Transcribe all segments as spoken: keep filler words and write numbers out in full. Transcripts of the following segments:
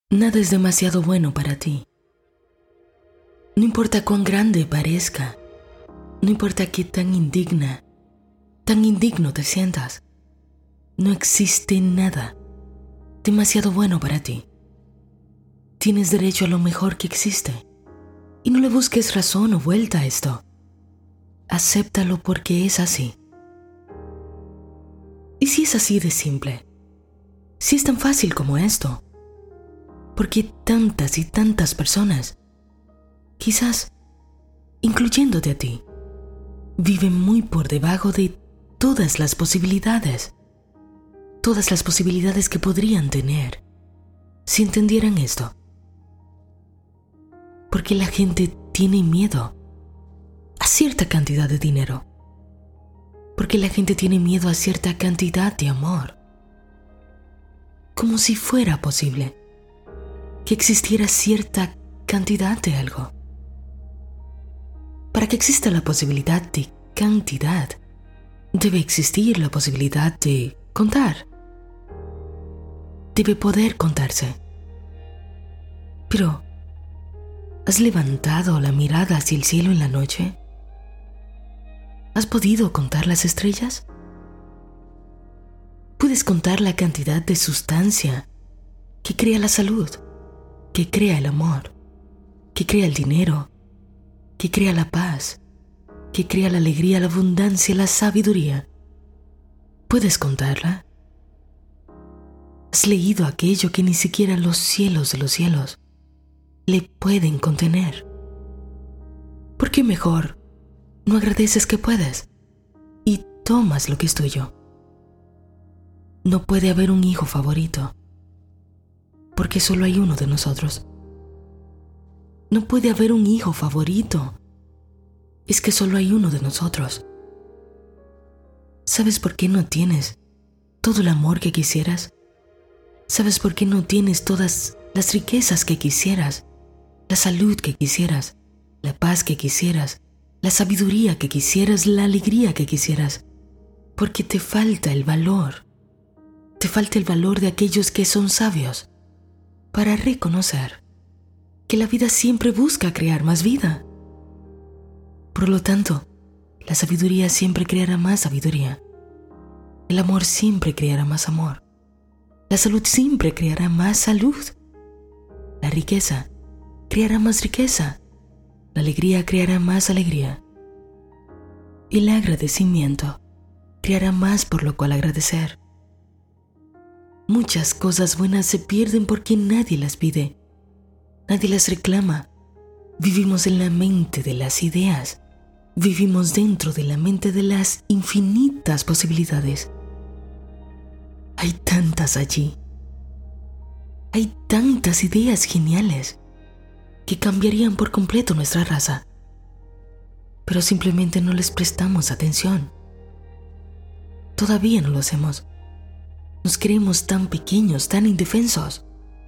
Nada es demasiado bueno para ti. No importa cuán grande parezca, no importa qué tan indigna, tan indigno te sientas, no existe nada demasiado bueno para ti. Tienes derecho a lo mejor que existe y no le busques razón o vuelta a esto. Acéptalo porque es así. ¿Y si es así de simple? Si es tan fácil como esto, ¿por qué tantas y tantas personas, quizás incluyéndote a ti, viven muy por debajo de todas las posibilidades, todas las posibilidades que podrían tener si entendieran esto? Porque la gente tiene miedo a cierta cantidad de dinero, porque la gente tiene miedo a cierta cantidad de amor, como si fuera posible que existiera cierta cantidad de algo. Para que exista la posibilidad de cantidad, debe existir la posibilidad de contar. Debe poder contarse. Pero, ¿has levantado la mirada hacia el cielo en la noche? ¿Has podido contar las estrellas? ¿Puedes contar la cantidad de sustancia que crea la salud, que crea el amor, que crea el dinero, que crea la paz, que crea la alegría, la abundancia, la sabiduría? ¿Puedes contarla? ¿Has leído aquello que ni siquiera los cielos de los cielos le pueden contener? ¿Por qué mejor no agradeces que puedes y tomas lo que es tuyo? No puede haber un hijo favorito, porque solo hay uno de nosotros. No puede haber un hijo favorito, es que solo hay uno de nosotros. ¿Sabes por qué no tienes todo el amor que quisieras? ¿Sabes por qué no tienes todas las riquezas que quisieras? La salud que quisieras, la paz que quisieras, la sabiduría que quisieras, la alegría que quisieras. Porque te falta el valor. Te falta el valor de aquellos que son sabios para reconocer que la vida siempre busca crear más vida. Por lo tanto, la sabiduría siempre creará más sabiduría. El amor siempre creará más amor. La salud siempre creará más salud. La riqueza creará más riqueza. La alegría creará más alegría. Y el agradecimiento creará más por lo cual agradecer. Muchas cosas buenas se pierden porque nadie las pide. Nadie las reclama. Vivimos en la mente de las ideas. Vivimos dentro de la mente de las infinitas posibilidades. Hay tantas allí. Hay tantas ideas geniales que cambiarían por completo nuestra raza. Pero simplemente no les prestamos atención. Todavía no lo hacemos. Nos creemos tan pequeños, tan indefensos.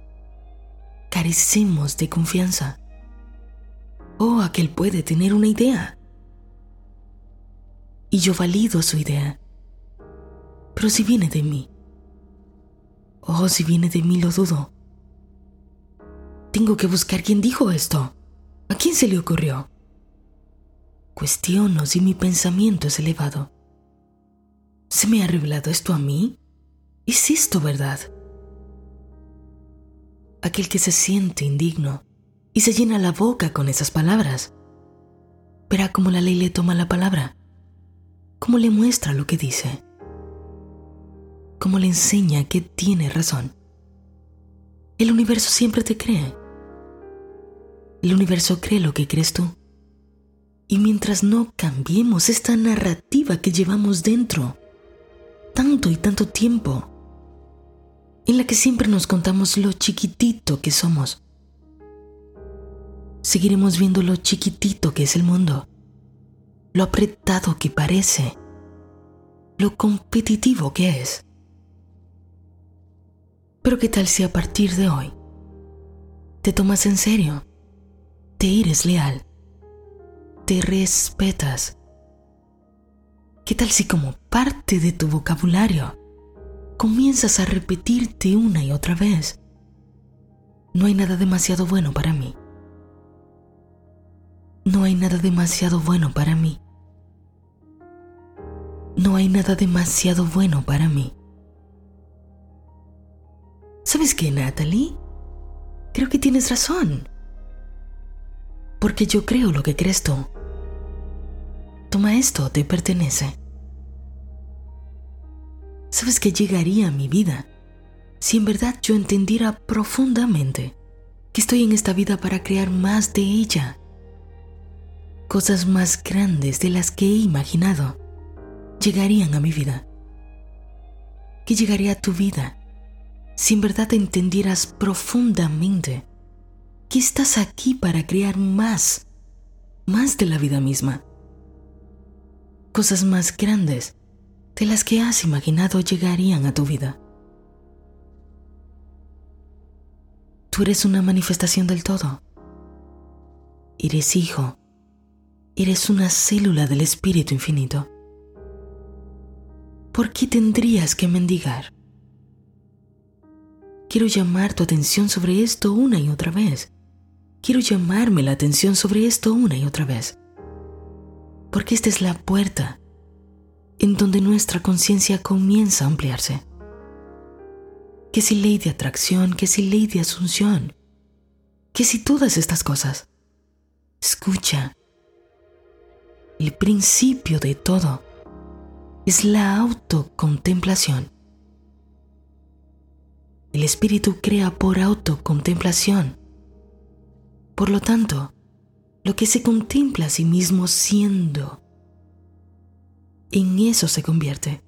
Carecemos de confianza. Oh, aquel puede tener una idea. Y yo valido su idea. Pero si viene de mí. Oh, si viene de mí lo dudo. Tengo que buscar quién dijo esto. ¿A quién se le ocurrió? Cuestiono si mi pensamiento es elevado. ¿Se me ha revelado esto a mí? ¿Es esto verdad? Aquel que se siente indigno y se llena la boca con esas palabras, verá cómo la ley le toma la palabra, cómo le muestra lo que dice, cómo le enseña que tiene razón. El universo siempre te cree. El universo cree lo que crees tú. Y mientras no cambiemos esta narrativa que llevamos dentro tanto y tanto tiempo, en la que siempre nos contamos lo chiquitito que somos, seguiremos viendo lo chiquitito que es el mundo, lo apretado que parece, lo competitivo que es. Pero ¿qué tal si a partir de hoy te tomas en serio, te eres leal, te respetas? ¿Qué tal si como parte de tu vocabulario comienzas a repetirte una y otra vez: No hay nada demasiado bueno para mí. No hay nada demasiado bueno para mí. No hay nada demasiado bueno para mí. ¿Sabes qué, Natalie? Creo que tienes razón. Porque yo creo lo que crees tú. Toma esto, te pertenece. ¿Sabes qué llegaría a mi vida si en verdad yo entendiera profundamente que estoy en esta vida para crear más de ella? Cosas más grandes de las que he imaginado llegarían a mi vida. ¿Qué llegaría a tu vida si en verdad entendieras profundamente que estás aquí para crear más, más de la vida misma? Cosas más grandes de las que has imaginado llegarían a tu vida. Tú eres una manifestación del todo. Eres hijo. Eres una célula del Espíritu Infinito. ¿Por qué tendrías que mendigar? Quiero llamar tu atención sobre esto una y otra vez. Quiero llamarme la atención sobre esto una y otra vez. Porque esta es la puerta en donde nuestra conciencia comienza a ampliarse. Que si ley de atracción, que si ley de asunción, que si todas estas cosas. Escucha. El principio de todo es la autocontemplación. El espíritu crea por autocontemplación. Por lo tanto, lo que se contempla a sí mismo siendo, en eso se convierte.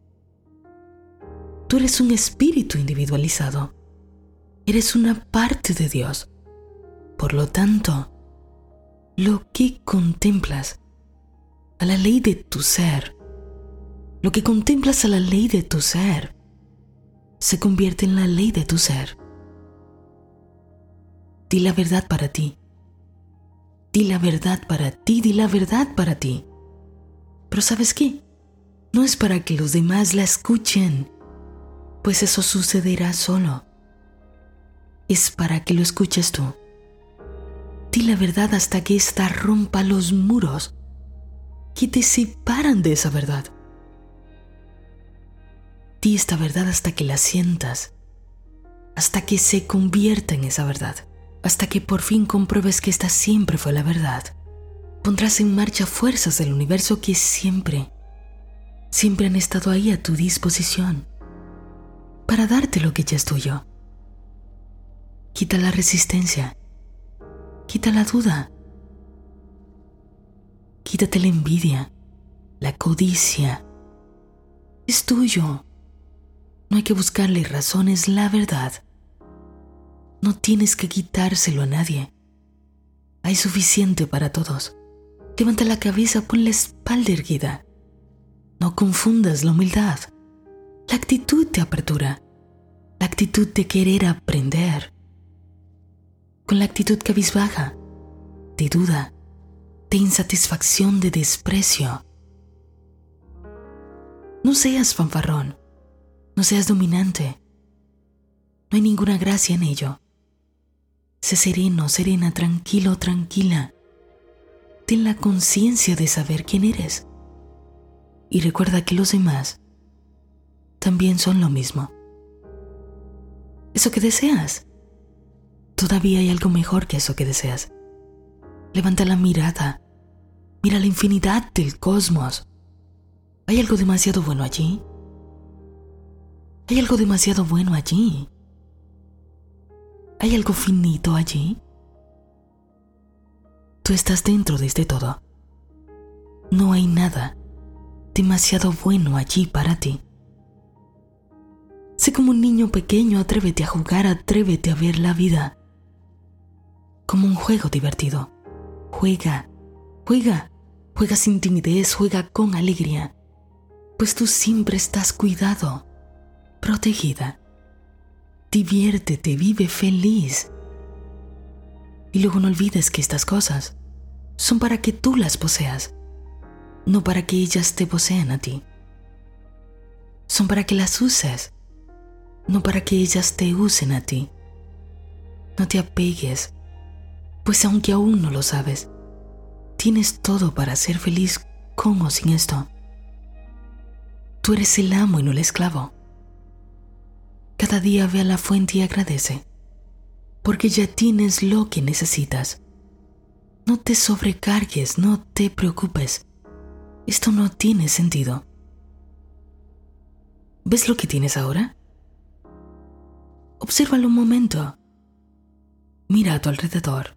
Tú eres un espíritu individualizado. Eres una parte de Dios. Por lo tanto, lo que contemplas a la ley de tu ser, lo que contemplas a la ley de tu ser, se convierte en la ley de tu ser. Di la verdad para ti. Di la verdad para ti, di la verdad para ti. Pero ¿sabes qué? No es para que los demás la escuchen, pues eso sucederá solo. Es para que lo escuches tú. Di la verdad hasta que ésta rompa los muros que te separan de esa verdad. Di esta verdad hasta que la sientas, hasta que se convierta en esa verdad, hasta que por fin compruebes que esta siempre fue la verdad. Pondrás en marcha fuerzas del universo que siempre, siempre han estado ahí a tu disposición para darte lo que ya es tuyo. Quita la resistencia, quita la duda, quítate la envidia, la codicia. Es tuyo. No hay que buscarle razones, la verdad. No tienes que quitárselo a nadie. Hay suficiente para todos. Levanta la cabeza, pon la espalda erguida. No confundas la humildad, la actitud de apertura, la actitud de querer aprender, con la actitud cabizbaja, de duda, de insatisfacción, de desprecio. No seas fanfarrón, no seas dominante. No hay ninguna gracia en ello. Sé sereno, serena, tranquilo, tranquila. Ten la conciencia de saber quién eres. Y recuerda que los demás también son lo mismo. Eso que deseas. Todavía hay algo mejor que eso que deseas. Levanta la mirada. Mira la infinidad del cosmos. ¿Hay algo demasiado bueno allí? ¿Hay algo demasiado bueno allí? ¿Hay algo finito allí? Tú estás dentro de este todo. No hay nada demasiado bueno allí para ti. Sé como un niño pequeño, atrévete a jugar, atrévete a ver la vida como un juego divertido. Juega, juega, juega sin timidez, juega con alegría, pues tú siempre estás cuidado, protegida. Diviértete, vive feliz. Y luego no olvides que estas cosas son para que tú las poseas, no para que ellas te posean a ti. Son para que las uses, no para que ellas te usen a ti. No te apegues, pues aunque aún no lo sabes, tienes todo para ser feliz con o sin esto. Tú eres el amo y no el esclavo. Cada día ve a la fuente y agradece, porque ya tienes lo que necesitas. No te sobrecargues, no te preocupes. Esto no tiene sentido. ¿Ves lo que tienes ahora? Obsérvalo un momento. Mira a tu alrededor.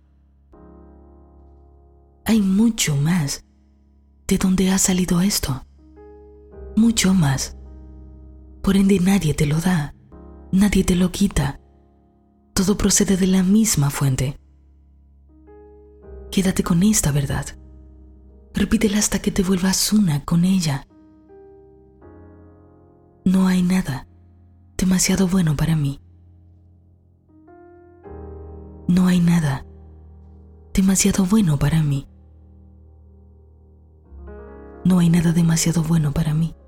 Hay mucho más de dónde ha salido esto. Mucho más. Por ende, nadie te lo da. Nadie te lo quita. Todo procede de la misma fuente. Quédate con esta verdad. Repítela hasta que te vuelvas una con ella. No hay nada demasiado bueno para mí. No hay nada demasiado bueno para mí. No hay nada demasiado bueno para mí.